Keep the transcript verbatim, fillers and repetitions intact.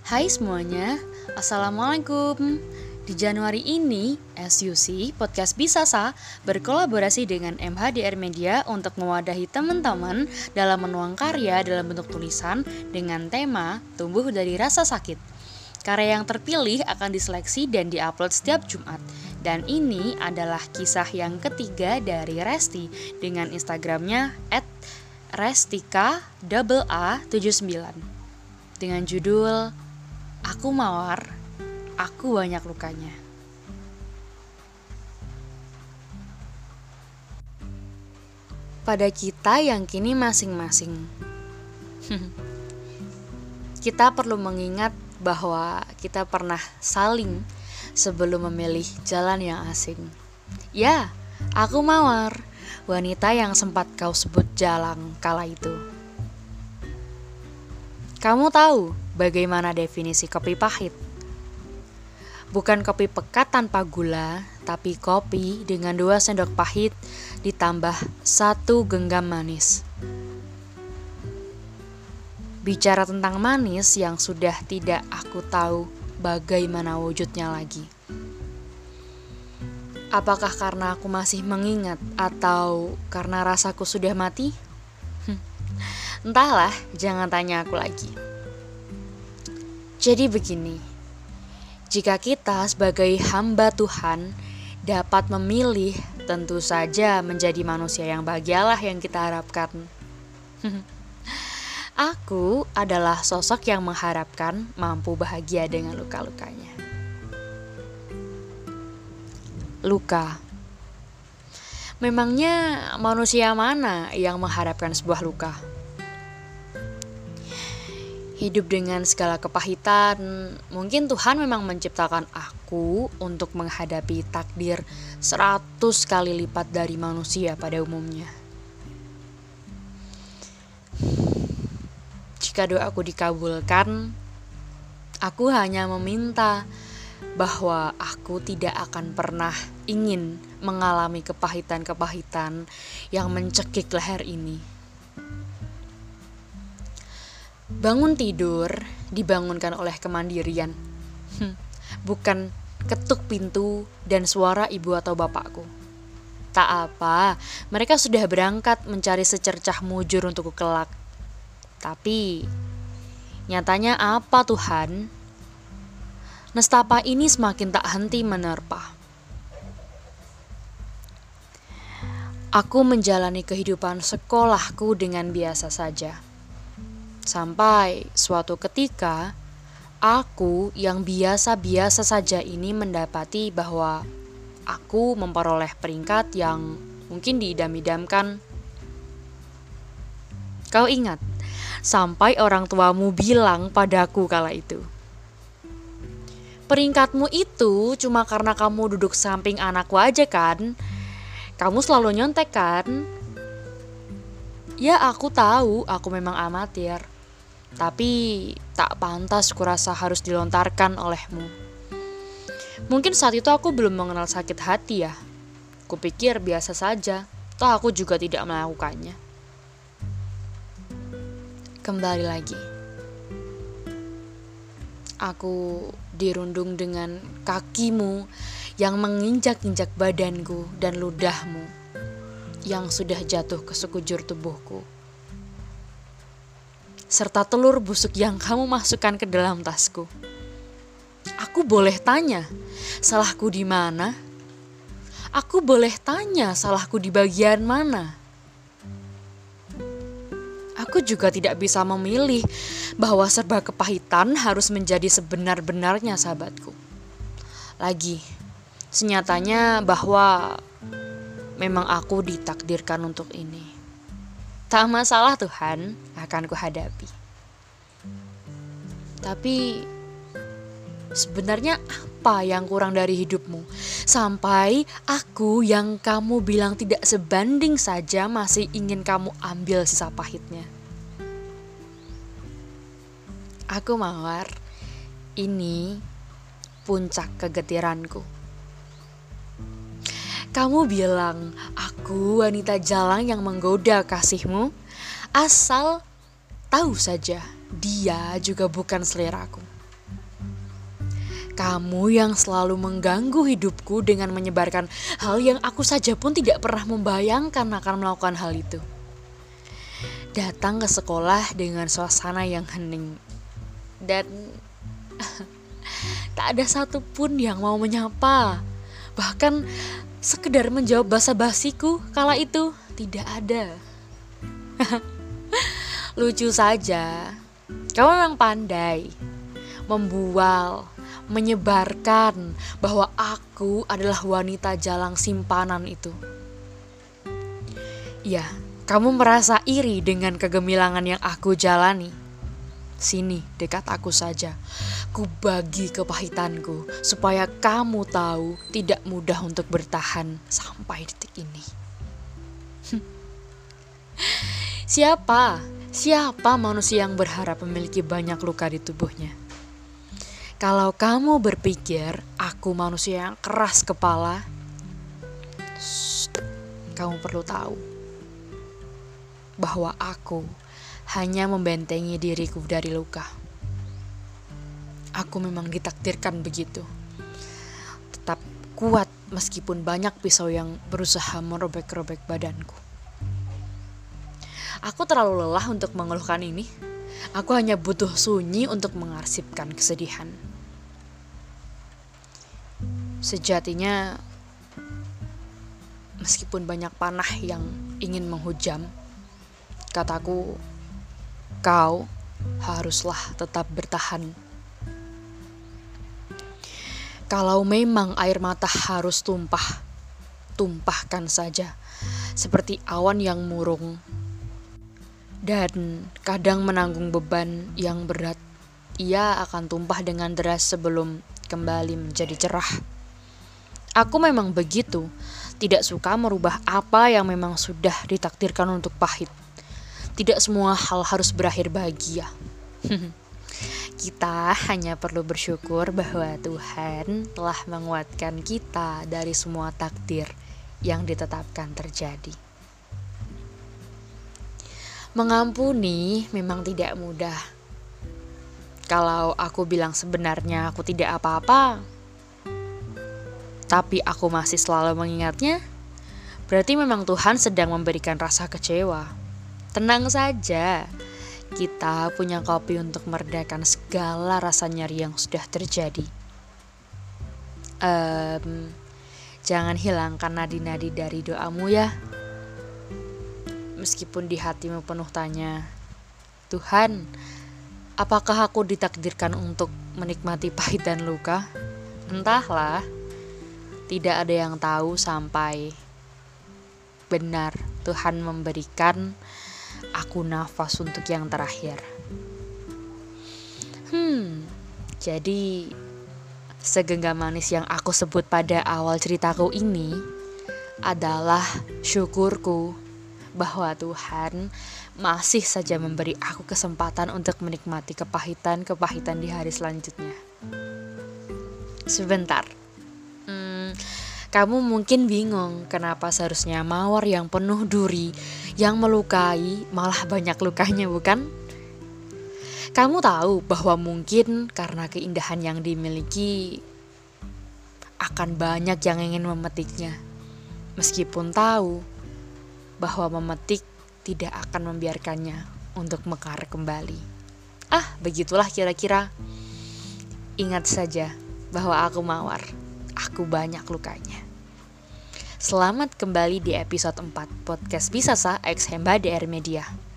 Hai semuanya, Assalamualaikum. Di Januari ini, S U C Podcast Bisa Sa berkolaborasi dengan M H D R Media untuk mewadahi teman-teman dalam menuang karya dalam bentuk tulisan dengan tema Tumbuh dari Rasa Sakit. Karya yang terpilih akan diseleksi dan diupload setiap Jumat. Dan ini adalah kisah yang ketiga dari Resti dengan Instagramnya at restika a tujuh sembilan dengan judul Aku Mawar, Aku Banyak Lukanya. Pada kita yang kini masing-masing, kita perlu mengingat bahwa kita pernah saling sebelum memilih jalan yang asing. Ya, aku Mawar, wanita yang sempat kau sebut jalang kala itu. Kamu tahu bagaimana definisi kopi pahit? Bukan kopi pekat tanpa gula, tapi kopi dengan dua sendok pahit ditambah satu genggam manis. Bicara tentang manis yang sudah tidak aku tahu bagaimana wujudnya lagi. Apakah karena aku masih mengingat atau karena rasaku sudah mati? Entahlah, jangan tanya aku lagi. Jadi begini, jika kita sebagai hamba Tuhan dapat memilih, tentu saja menjadi manusia yang bahagialah yang kita harapkan. Aku adalah sosok yang mengharapkan mampu bahagia dengan luka-lukanya. Luka. Memangnya manusia mana yang mengharapkan sebuah luka? Hidup dengan segala kepahitan, mungkin Tuhan memang menciptakan aku untuk menghadapi takdir seratus kali lipat dari manusia pada umumnya. Jika doaku dikabulkan, aku hanya meminta bahwa aku tidak akan pernah ingin mengalami kepahitan-kepahitan yang mencekik leher ini. Bangun tidur dibangunkan oleh kemandirian, bukan ketuk pintu dan suara ibu atau bapakku. Tak apa, mereka sudah berangkat mencari secercah mujur untukku kelak. Tapi, nyatanya apa Tuhan? Nestapa ini semakin tak henti menerpa. Aku menjalani kehidupan sekolahku dengan biasa saja. Sampai suatu ketika, aku yang biasa-biasa saja ini mendapati bahwa aku memperoleh peringkat yang mungkin diidam-idamkan. Kau ingat, sampai orang tuamu bilang padaku kala itu, peringkatmu itu cuma karena kamu duduk samping anakku aja kan? Kamu selalu nyontek kan? Ya aku tahu aku memang amatir. Tapi tak pantas kurasa harus dilontarkan olehmu. Mungkin saat itu aku belum mengenal sakit hati ya. Kupikir biasa saja, toh aku juga tidak melakukannya. Kembali lagi. Aku dirundung dengan kakimu yang menginjak-injak badanku dan ludahmu yang sudah jatuh ke sekujur tubuhku. Serta telur busuk yang kamu masukkan ke dalam tasku. Aku boleh tanya, salahku di mana? Aku boleh tanya, salahku di bagian mana? Aku juga tidak bisa memilih bahwa serba kepahitan harus menjadi sebenar-benarnya sahabatku. Lagi, senyatanya bahwa memang aku ditakdirkan untuk ini. Tak masalah Tuhan, akan kuhadapi. Tapi sebenarnya apa yang kurang dari hidupmu? Sampai aku yang kamu bilang tidak sebanding saja masih ingin kamu ambil sisa pahitnya. Aku Mawar, ini puncak kegetiranku. Kamu bilang, aku wanita jalang yang menggoda kasihmu, asal tahu saja dia juga bukan seleraku. Kamu yang selalu mengganggu hidupku dengan menyebarkan hal yang aku saja pun tidak pernah membayangkan akan melakukan hal itu. Datang ke sekolah dengan suasana yang hening dan tak ada satupun yang mau menyapa. Bahkan sekedar menjawab basa-basiku kala itu tidak ada. Lucu saja, kamu memang pandai membual, menyebarkan bahwa aku adalah wanita jalang simpanan itu. Ya, kamu merasa iri dengan kegemilangan yang aku jalani. Sini, dekat aku saja. Ku bagi kepahitanku supaya kamu tahu tidak mudah untuk bertahan sampai detik ini. Siapa? Siapa manusia yang berharap memiliki banyak luka di tubuhnya? Kalau kamu berpikir aku manusia yang keras kepala, shh, kamu perlu tahu bahwa aku hanya membentengi diriku dari luka. Aku memang ditakdirkan begitu. Tetap kuat meskipun banyak pisau yang berusaha merobek-robek badanku. Aku terlalu lelah untuk mengeluhkan ini. Aku hanya butuh sunyi untuk mengarsipkan kesedihan. Sejatinya, meskipun banyak panah yang ingin menghujam, kataku, kau haruslah tetap bertahan. Kalau memang air mata harus tumpah, tumpahkan saja, seperti awan yang murung dan kadang menanggung beban yang berat. Ia akan tumpah dengan deras sebelum kembali menjadi cerah. Aku memang begitu, tidak suka merubah apa yang memang sudah ditakdirkan untuk pahit. Tidak semua hal harus berakhir bahagia. Kita hanya perlu bersyukur bahwa Tuhan telah menguatkan kita dari semua takdir yang ditetapkan terjadi. Mengampuni memang tidak mudah. Kalau aku bilang sebenarnya aku tidak apa-apa, tapi aku masih selalu mengingatnya, berarti memang Tuhan sedang memberikan rasa kecewa. Tenang saja, kita punya kopi untuk meredakan segala rasa nyeri yang sudah terjadi. Um, jangan hilangkan nadi-nadi dari doamu ya. Meskipun di hatimu penuh tanya, Tuhan, apakah aku ditakdirkan untuk menikmati pahit dan luka? Entahlah. Tidak ada yang tahu sampai benar Tuhan memberikan aku nafas untuk yang terakhir. Hmm, jadi segenggam manis yang aku sebut pada awal ceritaku ini adalah syukurku bahwa Tuhan masih saja memberi aku kesempatan untuk menikmati kepahitan-kepahitan di hari selanjutnya. Sebentar. Hmm, kamu mungkin bingung kenapa seharusnya mawar yang penuh duri, yang melukai malah banyak lukanya, bukan? Kamu tahu bahwa mungkin karena keindahan yang dimiliki akan banyak yang ingin memetiknya, meskipun tahu bahwa memetik tidak akan membiarkannya untuk mekar kembali. Ah, begitulah kira-kira. Ingat saja bahwa aku mawar. Aku banyak lukanya. Selamat kembali di episode empat Podcast Bisa Sa X Hemba D R Media.